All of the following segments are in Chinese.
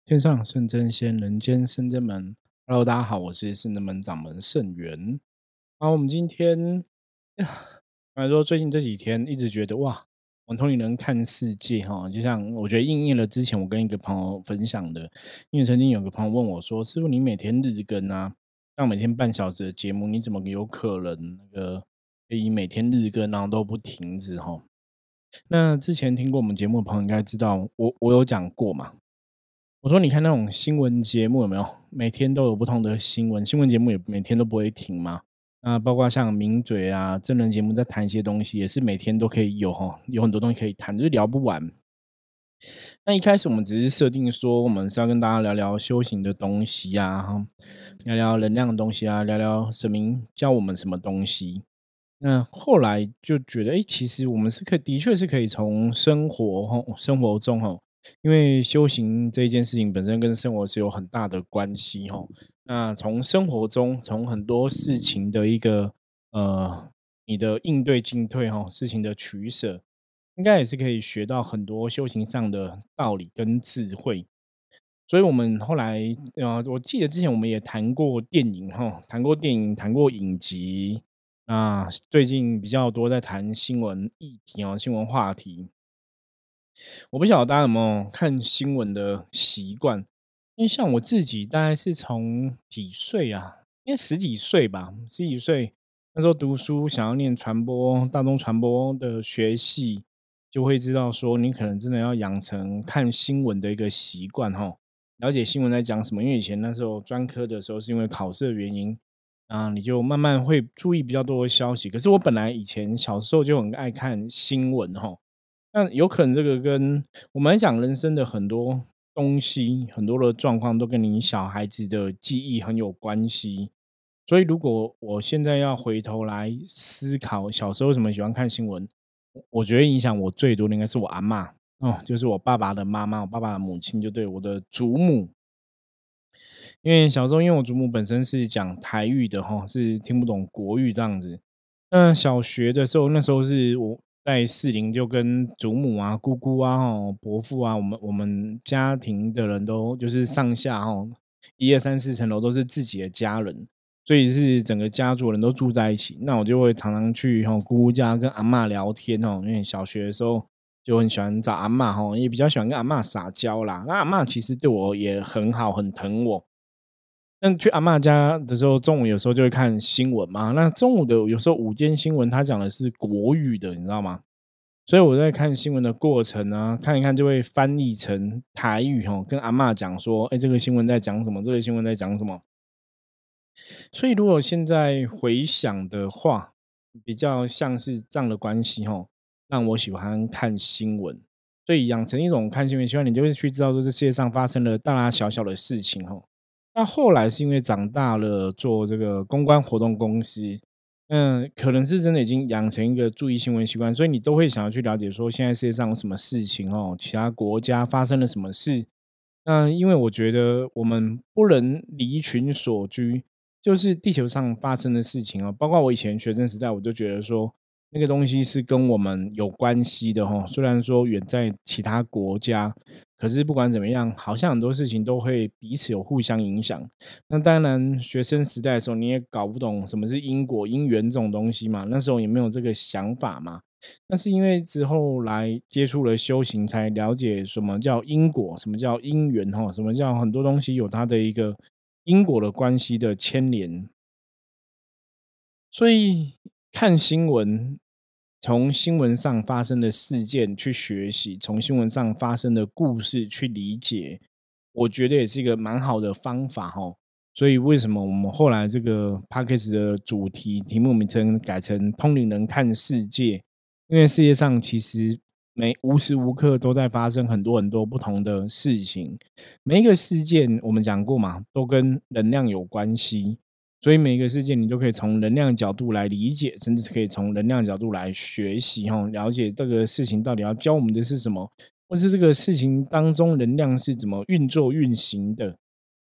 天上圣真仙，人间圣真门。Hello，大家好，我是圣真门掌门圣元。好，我们今天，来说最近这几天一直觉得哇，玩通灵人看世界哈，就像我觉得应验了之前我跟一个朋友分享的，因为曾经有个朋友问我说：“师傅，你每天日更啊，像每天半小时的节目，你怎么有可能可以每天日更，然后都不停止？”哈，那之前听过我们节目的朋友应该知道，我有讲过嘛。我说你看那种新闻节目有没有？每天都有不同的新闻，新闻节目也每天都不会停嘛。那包括像名嘴啊、真人节目在谈一些东西，也是每天都可以有哈，有很多东西可以谈，就是聊不完。那一开始我们只是设定说，我们是要跟大家聊聊修行的东西啊，哈，聊聊能量的东西啊，聊聊神明教我们什么东西。那后来就觉得，哎，其实我们的确是可以从生活中因为修行这一件事情本身跟生活是有很大的关系那从生活中，从很多事情的你的应对进退事情的取舍，应该也是可以学到很多修行上的道理跟智慧。所以我们后来，我记得之前我们也谈过电影谈过电影，谈过影集。那最近比较多在谈新闻议题新闻话题。我不晓得大家有没有看新闻的习惯，因为像我自己大概是从几岁啊？应该十几岁吧，十几岁那时候读书，想要念传播、大众传播的学系，就会知道说，你可能真的要养成看新闻的一个习惯了解新闻在讲什么。因为以前那时候专科的时候，是因为考试的原因啊，你就慢慢会注意比较多的消息。可是我本来以前小时候就很爱看新闻那有可能这个跟我们来讲人生的很多东西、很多的状况都跟你小孩子的记忆很有关系。所以如果我现在要回头来思考小时候为什么喜欢看新闻，我觉得影响我最多的应该是我阿嬷就是我爸爸的妈妈，我爸爸的母亲，就对，我的祖母。因为小时候因为我祖母本身是讲台语的是听不懂国语这样子。那小学的时候，那时候是我在士林就跟祖母啊、姑姑啊、伯父啊，我们家庭的人都就是上下一二三四层楼都是自己的家人，所以是整个家族人都住在一起。那我就会常常去姑姑家跟阿嬷聊天因为小学的时候就很喜欢找阿嬷也比较喜欢跟阿嬷撒娇啦。那阿嬷其实对我也很好，很疼我。那去阿嬷家的时候，中午有时候就会看新闻嘛。那中午的有时候午间新闻，它讲的是国语的，你知道吗？所以我在看新闻的过程啊，看一看就会翻译成台语跟阿嬷讲说，哎，这个新闻在讲什么？这个新闻在讲什么？所以如果现在回想的话，比较像是这样的关系让我喜欢看新闻。所以养成一种看新闻习惯，你就会去知道说这世界上发生了大大小小的事情那后来是因为长大了，做这个公关活动公司，可能是真的已经养成一个注意新闻习惯，所以你都会想要去了解说现在世界上有什么事情其他国家发生了什么事。那因为我觉得我们不能离群所居，就是地球上发生的事情包括我以前学生时代，我就觉得说那个东西是跟我们有关系的虽然说远在其他国家，可是不管怎么样，好像很多事情都会彼此有互相影响。那当然，学生时代的时候你也搞不懂什么是因果、因缘这种东西嘛，那时候也没有这个想法嘛。那是因为之后来接触了修行，才了解什么叫因果，什么叫因缘什么叫很多东西有它的一个因果的关系的牵连。所以看新闻，从新闻上发生的事件去学习，从新闻上发生的故事去理解，我觉得也是一个蛮好的方法所以为什么我们后来这个 podcast 的题目名称改成“通灵人看世界”？因为世界上其实无时无刻都在发生很多很多不同的事情，每一个事件我们讲过嘛，都跟能量有关系。所以每一个事件你都可以从能量角度来理解，甚至是可以从能量角度来学习了解这个事情到底要教我们的是什么，或是这个事情当中能量是怎么运作运行的。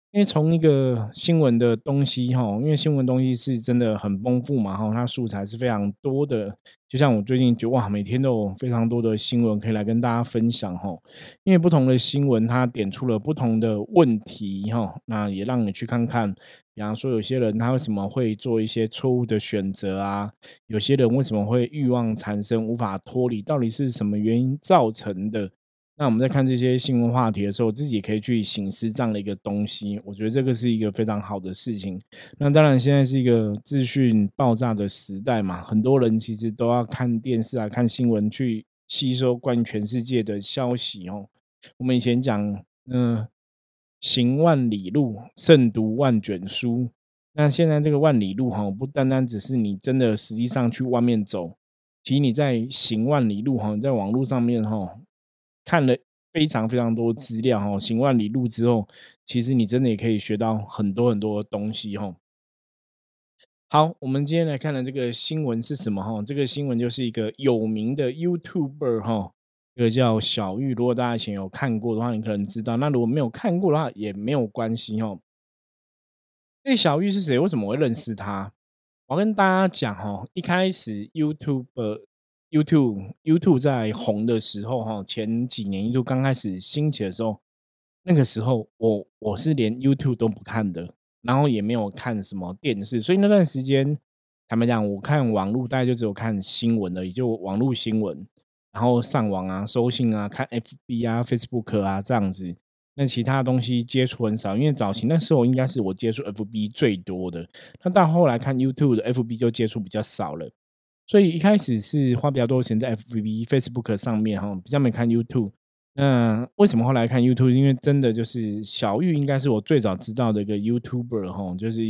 因为从一个新闻的东西哈，因为新闻东西是真的很丰富嘛哈，它素材是非常多的。就像我最近觉得哇，每天都有非常多的新闻可以来跟大家分享哈。因为不同的新闻它点出了不同的问题哈，那也让你去看看，比方说有些人他为什么会做一些错误的选择啊，有些人为什么会欲望产生无法脱离，到底是什么原因造成的？那我们在看这些新闻话题的时候，自己也可以去省思这样的一个东西，我觉得这个是一个非常好的事情。那当然，现在是一个资讯爆炸的时代嘛，很多人其实都要看电视啊、看新闻去吸收关于全世界的消息哦。我们以前讲，行万里路，胜读万卷书。那现在这个万里路哈，不单单只是你真的实际上去外面走，其实你在行万里路哈，你在网络上面哈，看了非常非常多资料哈，行万里路之后，其实你真的也可以学到很多很多的东西哈。好，我们今天来看的这个新闻是什么哈？这个新闻就是一个有名的 YouTuber 哈，这个叫小玉。如果大家以前有看过的话，你可能知道；那如果没有看过的话，也没有关系哈。这小玉是谁？为什么我会认识他？我要跟大家讲哈，一开始 YouTube 在红的时候哈，前几年 YouTube 刚开始兴起的时候，那个时候我是连 YouTube 都不看的，然后也没有看什么电视，所以那段时间坦白讲，我看网络大概就只有看新闻而已，就网络新闻，然后上网啊、收信啊、看 FB 啊、Facebook 啊这样子。那其他东西接触很少，因为早期那时候应该是我接触 FB 最多的，那到后来看 YouTube 的 FB 就接触比较少了。所以一开始是花比较多的钱在 FB、Facebook 上面哈，比较没看 YouTube。那为什么后来看 YouTube？因为真的就是小玉应该是我最早知道的一个 YouTuber 哈，就是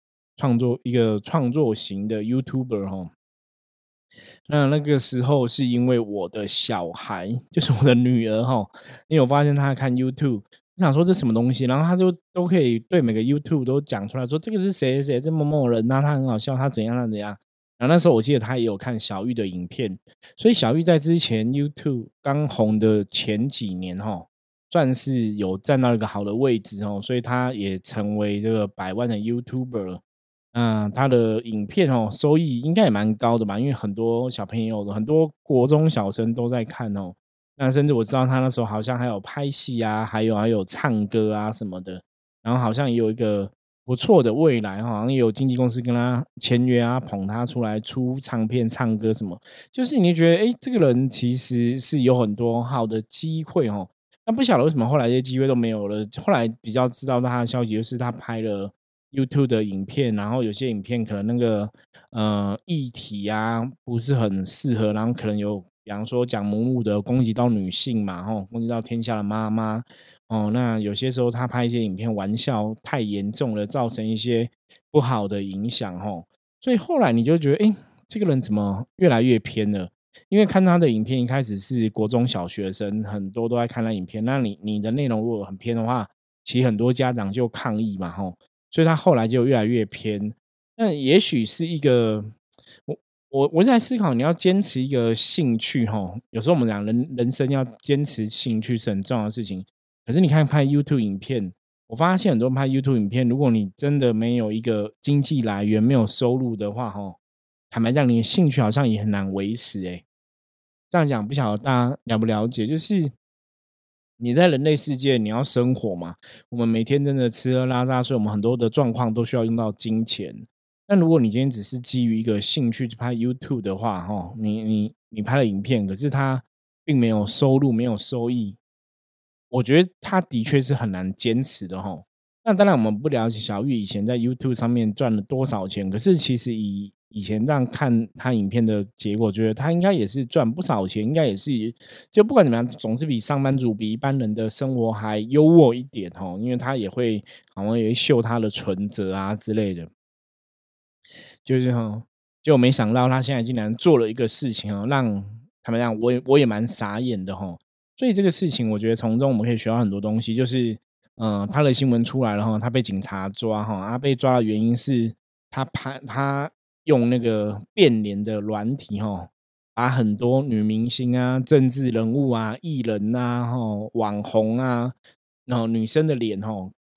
一个创作型的 YouTuber 哈。那个时候是因为我的小孩，就是我的女儿哈，因为我发现她看 YouTube，我想说这什么东西，然后她就都可以对每个 YouTube 都讲出来说这个是谁谁谁，这某某人呐、他很好笑，他怎样他怎样。然后那时候我记得他也有看小玉的影片，所以小玉在之前 YouTube 刚红的前几年哈，算是有站到一个好的位置哦，所以他也成为这个百万的 YouTuber。他的影片哦，收益应该也蛮高的吧，因为很多小朋友很多国中小生都在看哦。那甚至我知道他那时候好像还有拍戏啊，还有唱歌啊什么的，然后好像也有一个不错的未来，好像也有经纪公司跟他签约啊，捧他出来出唱片、唱歌什么，就是你觉得诶，这个人其实是有很多好的机会哦。那不晓得为什么后来这些机会都没有了，后来比较知道他的消息就是他拍了 YouTube 的影片，然后有些影片可能那个议题啊不是很适合，然后可能有比方说讲母乳的攻击到女性嘛，吼，攻击到天下的妈妈哦，那有些时候他拍一些影片玩笑太严重了，造成一些不好的影响吼，所以后来你就觉得，诶，这个人怎么越来越偏了？因为看他的影片，一开始是国中小学生，很多都在看他影片，那你的内容如果很偏的话，其实很多家长就抗议嘛，吼。所以他后来就越来越偏。那也许是一个，我我在思考，你要坚持一个兴趣哈，有时候我们讲人生要坚持兴趣是很重要的事情。可是你看拍 YouTube 影片，我发现很多人拍 YouTube 影片，如果你真的没有一个经济来源，没有收入的话，哈，坦白讲，你的兴趣好像也很难维持。这样讲不晓得大家了不了解？就是你在人类世界，你要生活嘛，我们每天真的吃喝拉撒，所以我们很多的状况都需要用到金钱。但如果你今天只是基于一个兴趣去拍 YouTube 的话，哈，你拍了影片，可是它并没有收入，没有收益，我觉得他的确是很难坚持的哈。那当然我们不了解小玉以前在 YouTube 上面赚了多少钱，可是其实以前这样看他影片的结果，觉得他应该也是赚不少钱，应该也是就不管怎么样，总是比上班族比一般人的生活还优渥一点哈，因为他也会好像也会秀他的存折啊之类的。就是哈，结果没想到他现在竟然做了一个事情哦，让坦白讲，我也蛮傻眼的哈。所以这个事情，我觉得从中我们可以学到很多东西，就是，他的新闻出来了哈，他被警察抓哈，他被抓的原因是他用那个变脸的软体哈，把很多女明星啊、政治人物啊、艺人啊、网红啊，然后女生的脸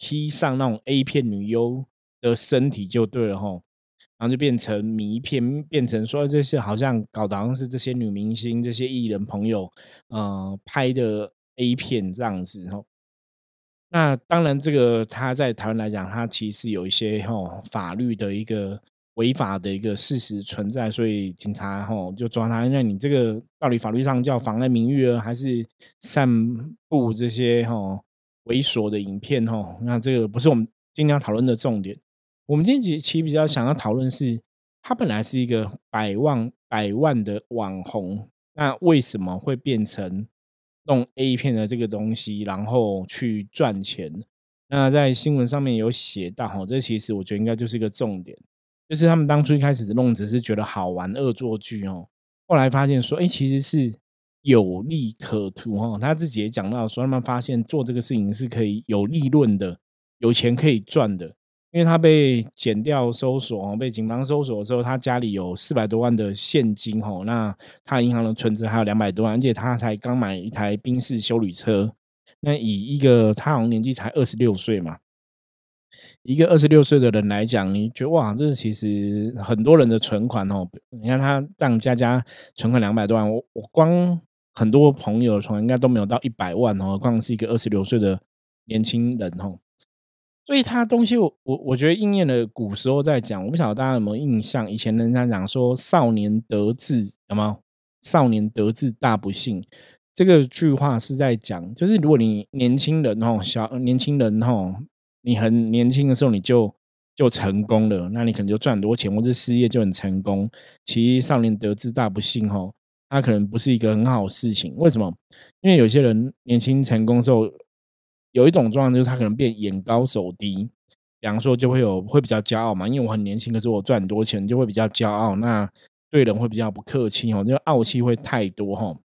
踢上那种 A 片女优的身体就对了吼，然后就变成迷片，变成说这些好像搞得好像是这些女明星、这些艺人朋友，拍的 A 片这样子吼。那当然，这个他在台湾来讲，他其实有一些法律的一个违法的一个事实存在，所以警察就抓他。那你这个到底法律上叫妨碍名誉呢，还是散布这些猥琐的影片那这个不是我们今天要讨论的重点。我们今天其实比较想要讨论是，他本来是一个百万的网红，那为什么会变成弄 A 片的这个东西，然后去赚钱？那在新闻上面有写到这其实我觉得应该就是一个重点，就是他们当初一开始弄只是觉得好玩恶作剧后来发现说，其实是有利可图他自己也讲到说，他们发现做这个事情是可以有利润的，有钱可以赚的。因为他被检调搜索被警方搜索的时候，他家里有400多万的现金那他银行的存折还有200多万，而且他才刚买一台宾士休旅车。那以一个他好像年纪才26岁嘛，一个26岁的人来讲，你觉得哇，这其实很多人的存款你看他这样加存款200多万，我光很多朋友的存款应该都没有到100万何况是一个26岁的年轻人所以他东西我觉得应验了古时候在讲，我不晓得大家有没有印象，以前人家讲说少年得志，有没有？少年得志大不幸，这个句话是在讲，就是如果你年轻人年轻人你很年轻的时候你就成功了，那你可能就赚很多钱，或者事业就很成功。其实少年得志大不幸他可能不是一个很好的事情。为什么？因为有些人年轻成功之后，有一种状况就是他可能变眼高手低，比方说就会比较骄傲嘛，因为我很年轻，可是我赚很多钱，就会比较骄傲，那对人会比较不客气就傲气会太多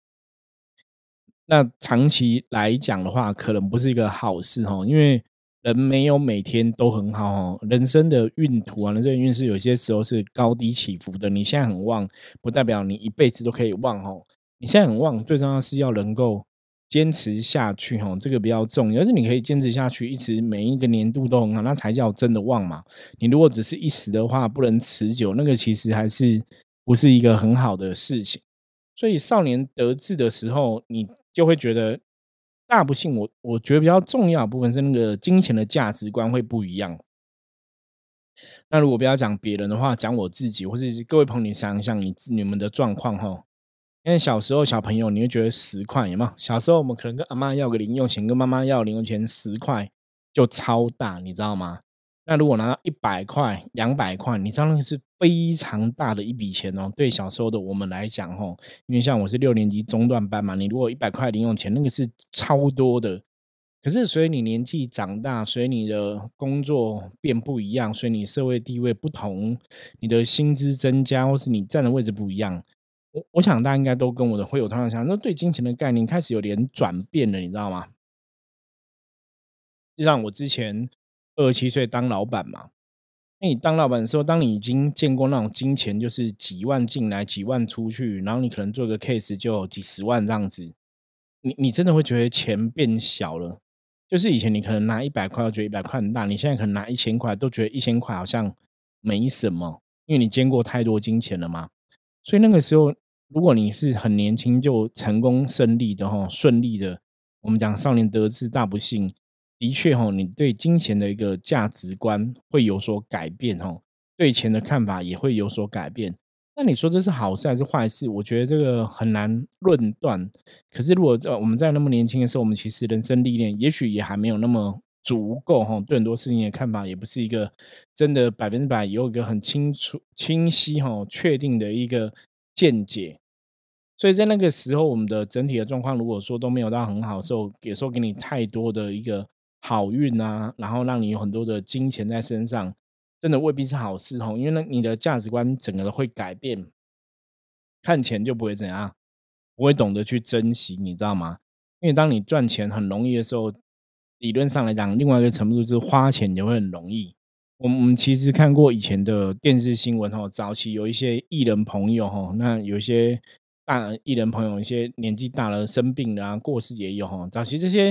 那长期来讲的话，可能不是一个好事因为人没有每天都很好人生的运途啊，人生的运势有些时候是高低起伏的。你现在很旺，不代表你一辈子都可以旺你现在很旺，最重要是要能够坚持下去这个比较重要。要是你可以坚持下去，一直每一个年度都很好，那才叫真的旺嘛。你如果只是一时的话，不能持久，那个其实还是不是一个很好的事情。所以少年得志的时候，你就会觉得大不幸我觉得比较重要的部分是那个金钱的价值观会不一样。那如果不要讲别人的话，讲我自己或是各位朋友，你想一想你们的状况因为小时候小朋友你会觉得10块有没有？小时候我们可能跟阿嬷要个零用钱，跟妈妈要零用钱10块就超大，你知道吗？那如果拿到100块、200块，你知道那个是非常大的一笔钱对小时候的我们来讲因为像我是6年级中段班嘛，你如果100块零用钱，那个是超多的。可是随你年纪长大，随你的工作变不一样，随你社会地位不同，你的薪资增加，或是你站的位置不一样，我想大家应该都跟我的会有同样想法，那对金钱的概念开始有点转变了，你知道吗？就像我之前27岁当老板嘛，那你当老板的时候，当你已经见过那种金钱就是几万进来几万出去，然后你可能做个 case 就有几十万这样子，你真的会觉得钱变小了。就是以前你可能拿100块觉得100块很大，你现在可能拿1000块都觉得1000块好像没什么，因为你见过太多金钱了嘛。所以那个时候，如果你是很年轻就成功胜利的顺利的，我们讲少年得志大不幸，的确你对金钱的一个价值观会有所改变对钱的看法也会有所改变。那你说这是好事还是坏事？我觉得这个很难论断。可是如果我们在那么年轻的时候，我们其实人生历练也许也还没有那么足够对很多事情的看法也不是一个真的100%有一个很清楚、清晰确定的一个见解。所以在那个时候，我们的整体的状况，如果说都没有到很好的时候，有时候给你太多的一个好运啊，然后让你有很多的金钱在身上，真的未必是好事因为你的价值观整个都会改变，看钱就不会怎样，不会懂得去珍惜，你知道吗？因为当你赚钱很容易的时候，理论上来讲，另外一个程度就是花钱也会很容易。我们其实看过以前的电视新闻早期有一些艺人朋友那有一些大艺人朋友，一些年纪大了生病了啊，过世也有早期这些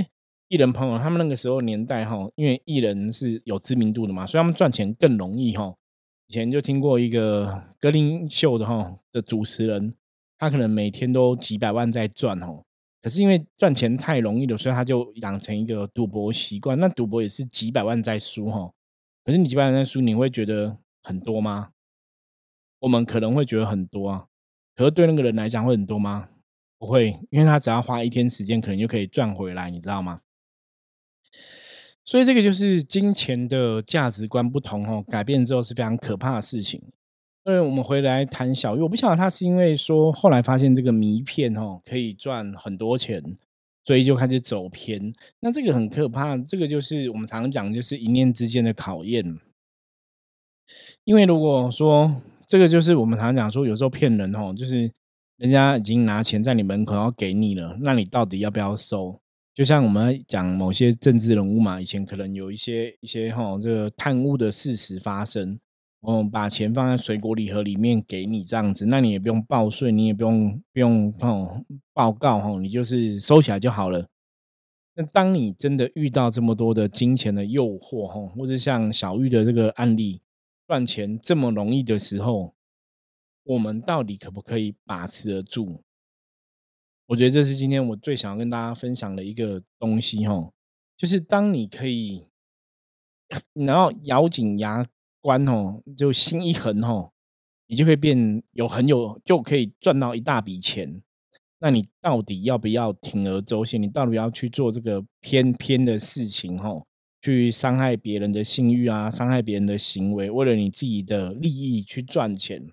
艺人朋友，他们那个时候年代哈，因为艺人是有知名度的嘛，所以他们赚钱更容易哈。以前就听过一个歌林秀的主持人，他可能每天都几百万在赚哦。可是因为赚钱太容易了，所以他就养成一个赌博习惯。那赌博也是几百万在输哈。可是你几百万在输，你会觉得很多吗？我们可能会觉得很多啊，可是对那个人来讲会很多吗？不会，因为他只要花一天时间，可能就可以赚回来，你知道吗？所以这个就是金钱的价值观不同哦，改变之后是非常可怕的事情。我们回来谈小玉，我不晓得他是因为说后来发现这个迷片可以赚很多钱，所以就开始走偏。那这个很可怕，这个就是我们常常讲，就是一念之间的考验。因为如果说这个就是我们常常讲说，有时候骗人就是人家已经拿钱在你门口要给你了，那你到底要不要收？就像我们讲某些政治人物嘛，以前可能有一些这个贪污的事实发生，把钱放在水果礼盒里面给你这样子，那你也不用报税，你也不用报告你就是收起来就好了。那当你真的遇到这么多的金钱的诱惑或者像小玉的这个案例，赚钱这么容易的时候，我们到底可不可以把持得住？我觉得这是今天我最想要跟大家分享的一个东西就是当你可以，然后咬紧牙关就心一横你就会变就可以赚到一大笔钱。那你到底要不要铤而走险？你到底要去做这个偏的事情去伤害别人的信誉啊，伤害别人的行为，为了你自己的利益去赚钱？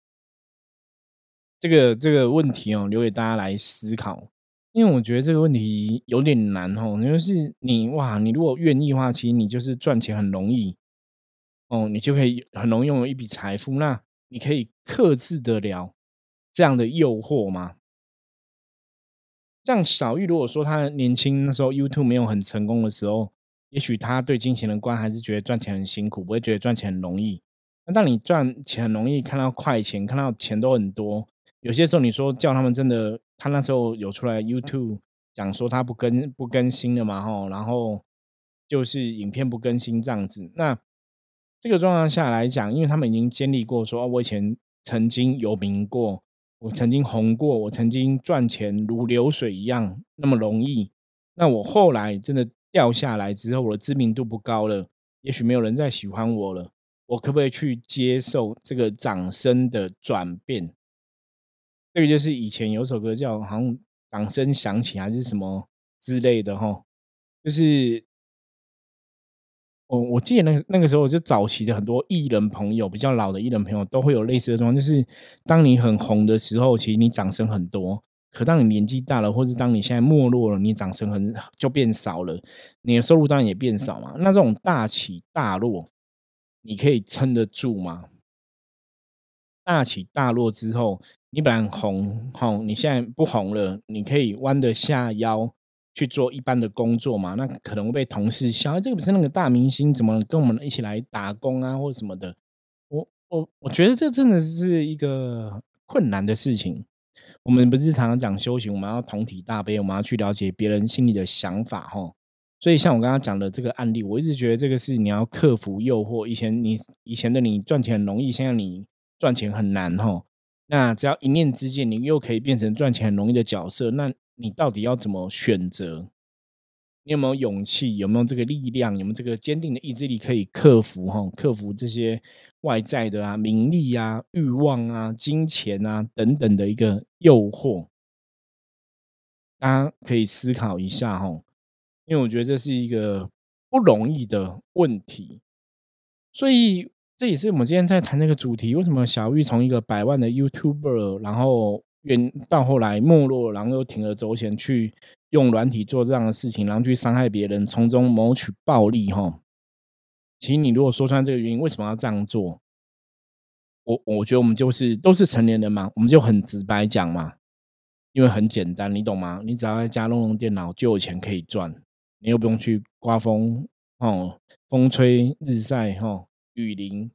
这个问题留给大家来思考。因为我觉得这个问题有点难就是你如果愿意的话，其实你就是赚钱很容易你就可以很容易拥有一笔财富。那你可以克制得了这样的诱惑吗？像小玉，如果说他年轻那时候 YouTube 没有很成功的时候，也许他对金钱的观还是觉得赚钱很辛苦，不会觉得赚钱很容易。那当你赚钱很容易，看到快钱，看到钱都很多，有些时候你说叫他们真的，他那时候有出来 YouTube 讲说他不更新了嘛然后就是影片不更新这样子。那这个状况下来讲，因为他们已经经历过说，我以前曾经有名过，我曾经红过，我曾经赚钱如流水一样那么容易。那我后来真的掉下来之后，我的知名度不高了，也许没有人再喜欢我了，我可不可以去接受这个掌声的转变？这个就是以前有首歌叫好像掌声响起还是什么之类的就是我记得那个时候就早期的很多艺人朋友，比较老的艺人朋友都会有类似的状况，就是当你很红的时候，其实你掌声很多，可当你年纪大了，或是当你现在没落了，你掌声就变少了，你的收入当然也变少嘛。那这种大起大落，你可以撑得住吗？大起大落之后，你本来很红，你现在不红了，你可以弯得下腰去做一般的工作嘛？那可能会被同事笑，这个不是那个大明星，怎么跟我们一起来打工啊，或什么的？我觉得这真的是一个困难的事情。我们不是常常讲修行，我们要同体大悲，我们要去了解别人心里的想法所以像我刚刚讲的这个案例，我一直觉得这个是你要克服诱惑。以前的你赚钱很容易，现在你赚钱很难那只要一念之间，你又可以变成赚钱很容易的角色，那你到底要怎么选择？你有没有勇气？有没有这个力量？有没有这个坚定的意志力可以克服这些外在的名利啊、欲望啊、金钱啊等等的一个诱惑？大家可以思考一下因为我觉得这是一个不容易的问题。所以这也是我们今天在谈那个主题，为什么小玉从一个百万的 YouTuber，然后到后来没落，然后又铤而走险去用软体做这样的事情，然后去伤害别人，从中谋取暴利其实你如果说穿这个原因，为什么要这样做？我觉得我们都是成年人嘛，我们就很直白讲嘛，因为很简单，你懂吗？你只要在家弄电脑就有钱可以赚，你又不用去刮风风吹日晒雨淋，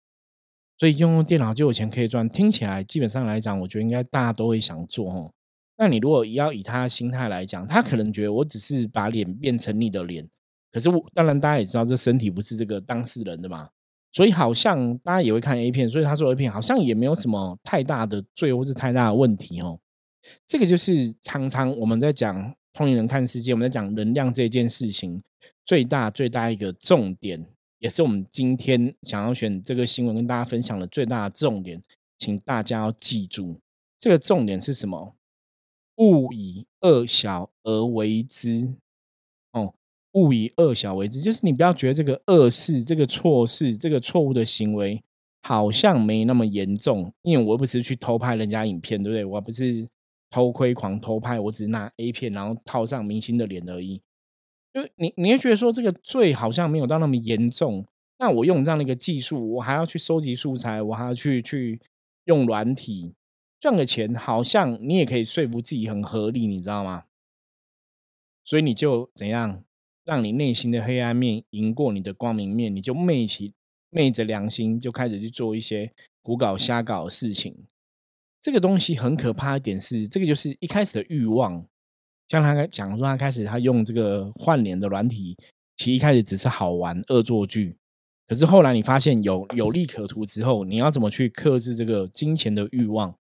所以用电脑就有钱可以赚。听起来基本上来讲，我觉得应该大家都会想做那你如果要以他的心态来讲，他可能觉得我只是把脸变成你的脸，可是当然大家也知道这身体不是这个当事人的嘛，所以好像大家也会看 A 片，所以他做 A 片好像也没有什么太大的罪或是太大的问题哦。这个就是常常我们在讲同龄人看世界，我们在讲能量这件事情最大一个重点，也是我们今天想要选这个新闻跟大家分享的最大的重点，请大家要记住，这个重点是什么？勿以恶小而为之。哦，勿以恶小为之，就是你不要觉得这个恶事、这个错事、这个错误的行为好像没那么严重，因为我又不是去偷拍人家影片，对不对？我不是偷窥狂偷拍，我只是拿 A 片然后套上明星的脸而已。就你会觉得说这个罪好像没有到那么严重，那我用这样的一个技术，我还要去收集素材，我还要去用软体赚个钱，好像你也可以说服自己很合理，你知道吗？所以你就怎样让你内心的黑暗面赢过你的光明面，你就昧着良心就开始去做一些胡搞瞎搞的事情。这个东西很可怕一点是，这个就是一开始的欲望。像他讲说，他开始他用这个换脸的软体，其实一开始只是好玩恶作剧，可是后来你发现有利可图之后，你要怎么去克制这个金钱的欲望？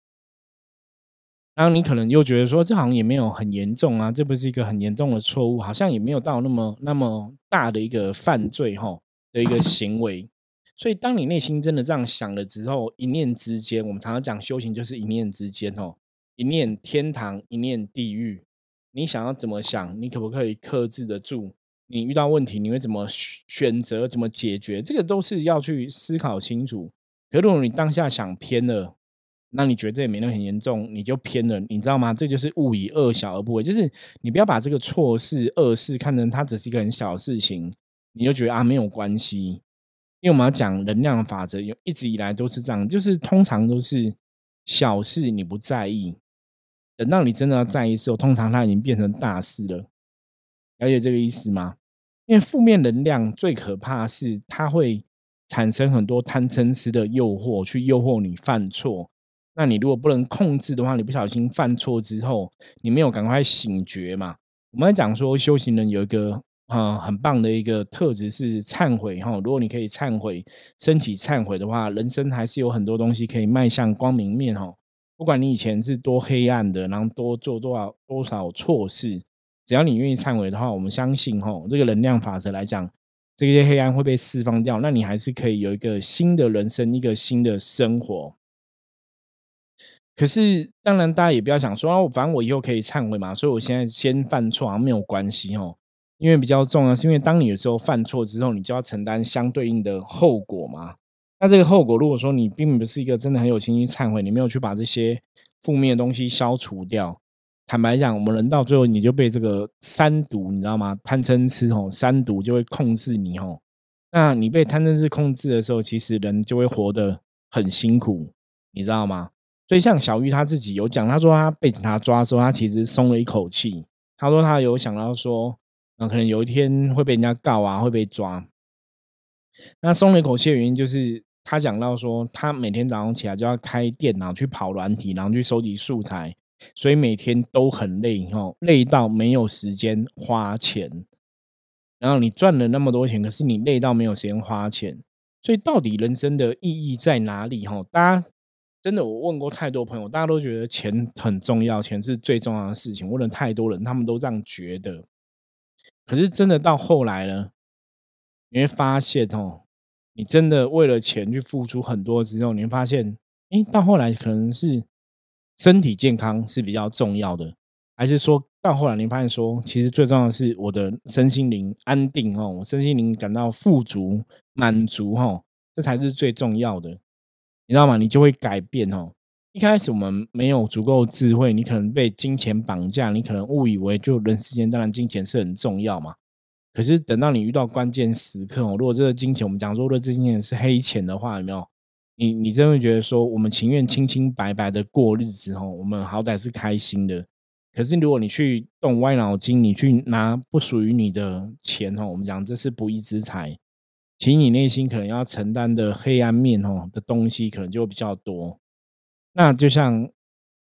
然后你可能又觉得说，这好像也没有很严重啊，这不是一个很严重的错误，好像也没有到那么大的一个犯罪的一个行为。所以当你内心真的这样想了之后，一念之间，我们常常讲修行就是一念之间一念天堂，一念地狱。你想要怎么想，你可不可以克制得住？你遇到问题，你会怎么选择，怎么解决？这个都是要去思考清楚。可如果你当下想偏了，那你觉得这也没那么很严重，你就偏了，你知道吗？这就是勿以恶小而不为，就是你不要把这个错事、恶事看成它只是一个很小的事情，你就觉得啊没有关系。因为我们要讲能量法则，一直以来都是这样，就是通常都是小事你不在意，等到你真的要在意的时候，通常它已经变成大事了。了解这个意思吗？因为负面能量最可怕的是它会产生很多贪嗔痴的诱惑，去诱惑你犯错。那你如果不能控制的话，你不小心犯错之后，你没有赶快醒觉嘛？我们在讲说修行人有一个很棒的一个特质是忏悔哈。如果你可以忏悔、升起忏悔的话，人生还是有很多东西可以迈向光明面哈。不管你以前是多黑暗的，然后多做多少错事，只要你愿意忏悔的话，我们相信这个能量法则来讲，这些黑暗会被释放掉，那你还是可以有一个新的人生，一个新的生活。可是当然大家也不要想说，反正我以后可以忏悔嘛，所以我现在先犯错好像没有关系因为比较重要是因为当你有时候犯错之后，你就要承担相对应的后果嘛。那这个后果如果说你并不是一个真的很有心去忏悔，你没有去把这些负面的东西消除掉，坦白讲，我们人到最后你就被这个三毒，你知道吗？贪嗔痴三毒就会控制你那你被贪嗔痴控制的时候，其实人就会活得很辛苦，你知道吗？所以像小玉他自己有讲，他说他被警察抓的时候，他其实松了一口气。他说他有想到说，可能有一天会被人家告啊，会被抓。那松了一口气的原因就是他讲到说，他每天早上起来就要开电脑去跑软体，然后去收集素材，所以每天都很累累到没有时间花钱。然后你赚了那么多钱，可是你累到没有时间花钱，所以到底人生的意义在哪里？大家真的我问过太多朋友，大家都觉得钱很重要，钱是最重要的事情。问了太多人，他们都这样觉得。可是真的到后来呢，你会发现你真的为了钱去付出很多之后，你会发现，到后来可能是身体健康是比较重要的，还是说到后来你发现说，其实最重要的是我的身心灵安定我身心灵感到富足满足这才是最重要的，你知道吗？你就会改变一开始我们没有足够智慧，你可能被金钱绑架，你可能误以为就人世间当然金钱是很重要嘛。可是等到你遇到关键时刻如果这个金钱我们讲说，如果这金钱是黑钱的话，有没有？你真的觉得说，我们情愿清清白白的过日子我们好歹是开心的。可是如果你去动歪脑筋，你去拿不属于你的钱我们讲这是不义之财，其实你内心可能要承担的黑暗面的东西可能就会比较多。那就像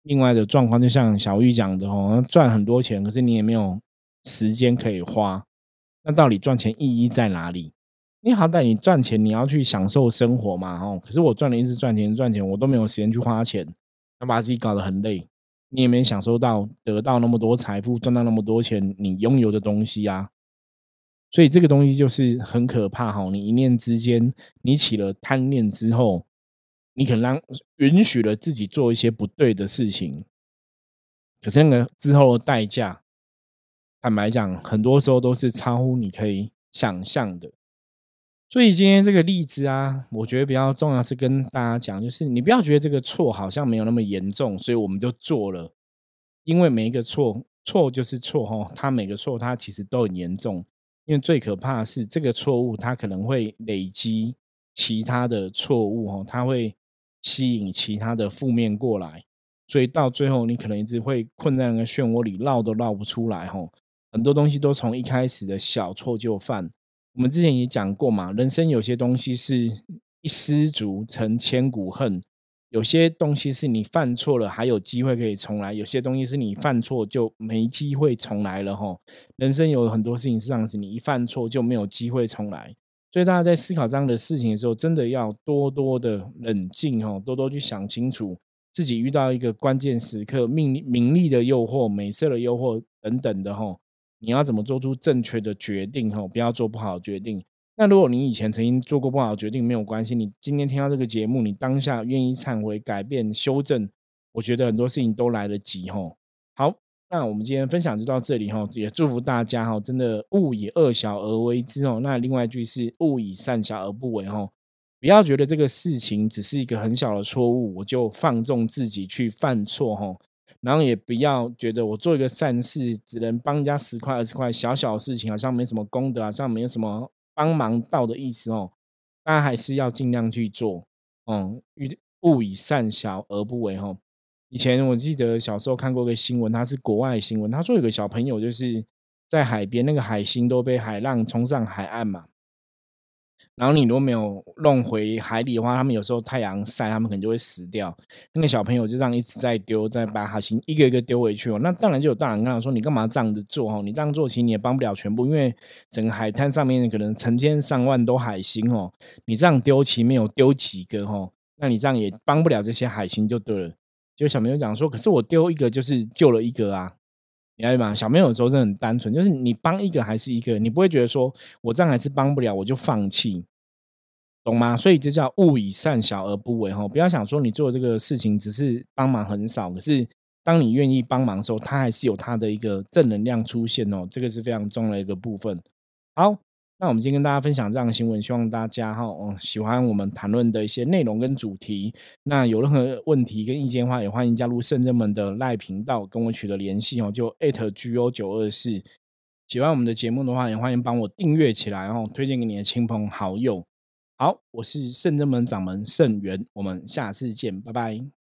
另外的状况，就像小玉讲的赚很多钱，可是你也没有时间可以花，那到底赚钱意义在哪里？你好歹你赚钱，你要去享受生活嘛，可是我一直赚钱，我都没有时间去花钱，那把自己搞得很累，你也没享受到得到那么多财富，赚到那么多钱，你拥有的东西啊。所以这个东西就是很可怕你一念之间，你起了贪念之后，你可能允许了自己做一些不对的事情，可是那个之后的代价，坦白讲，很多时候都是超乎你可以想象的。所以今天这个例子啊，我觉得比较重要是跟大家讲，就是你不要觉得这个错好像没有那么严重，所以我们就做了。因为每一个错就是错它每个错它其实都很严重。因为最可怕的是这个错误它可能会累积其他的错误它会吸引其他的负面过来，所以到最后你可能一直会困在那个漩涡里，绕都绕不出来很多东西都从一开始的小错就犯。我们之前也讲过嘛，人生有些东西是一失足成千古恨，有些东西是你犯错了还有机会可以重来，有些东西是你犯错就没机会重来了人生有很多事情是这样子，你一犯错就没有机会重来。所以大家在思考这样的事情的时候，真的要多多的冷静多多去想清楚，自己遇到一个关键时刻，名利的诱惑、美色的诱惑等等的你要怎么做出正确的决定不要做不好的决定。那如果你以前曾经做过不好的决定，没有关系，你今天听到这个节目，你当下愿意忏悔、改变、修正，我觉得很多事情都来得及好，那我们今天分享就到这里也祝福大家真的勿以恶小而为之那另外一句是勿以善小而不为不要觉得这个事情只是一个很小的错误，我就放纵自己去犯错然后也不要觉得我做一个善事只能帮人家10块20块，小小的事情好像没什么功德，好像没有什么帮忙到的意思大家还是要尽量去做勿以善小而不为以前我记得小时候看过一个新闻，它是国外的新闻，他说有个小朋友就是在海边，那个海星都被海浪冲上海岸嘛，然后你如果没有弄回海里的话，他们有时候太阳晒，他们可能就会死掉。那个小朋友就这样一直在丢，再把海星一个一个丢回去那当然就有大人跟他说：“你干嘛这样子做你这样做其实你也帮不了全部，因为整个海滩上面可能成千上万都海星你这样丢其实没有丢几个那你这样也帮不了这些海星就对了。”就小朋友讲说：“可是我丢一个就是救了一个啊。”你知道吗？小朋友有时候真的很单纯，就是你帮一个还是一个，你不会觉得说我这样还是帮不了，我就放弃，懂吗？所以这叫勿以善小而不为不要想说你做这个事情只是帮忙很少，可是当你愿意帮忙的时候，它还是有它的一个正能量出现这个是非常重要的一个部分。好，那我们今天跟大家分享这样的新闻，希望大家喜欢我们谈论的一些内容跟主题。那有任何问题跟意见的话，也欢迎加入圣真门的赖频道跟我取得联系就@GO924。喜欢我们的节目的话，也欢迎帮我订阅起来推荐给你的亲朋好友。好，我是圣真门掌门圣元，我们下次见，拜拜。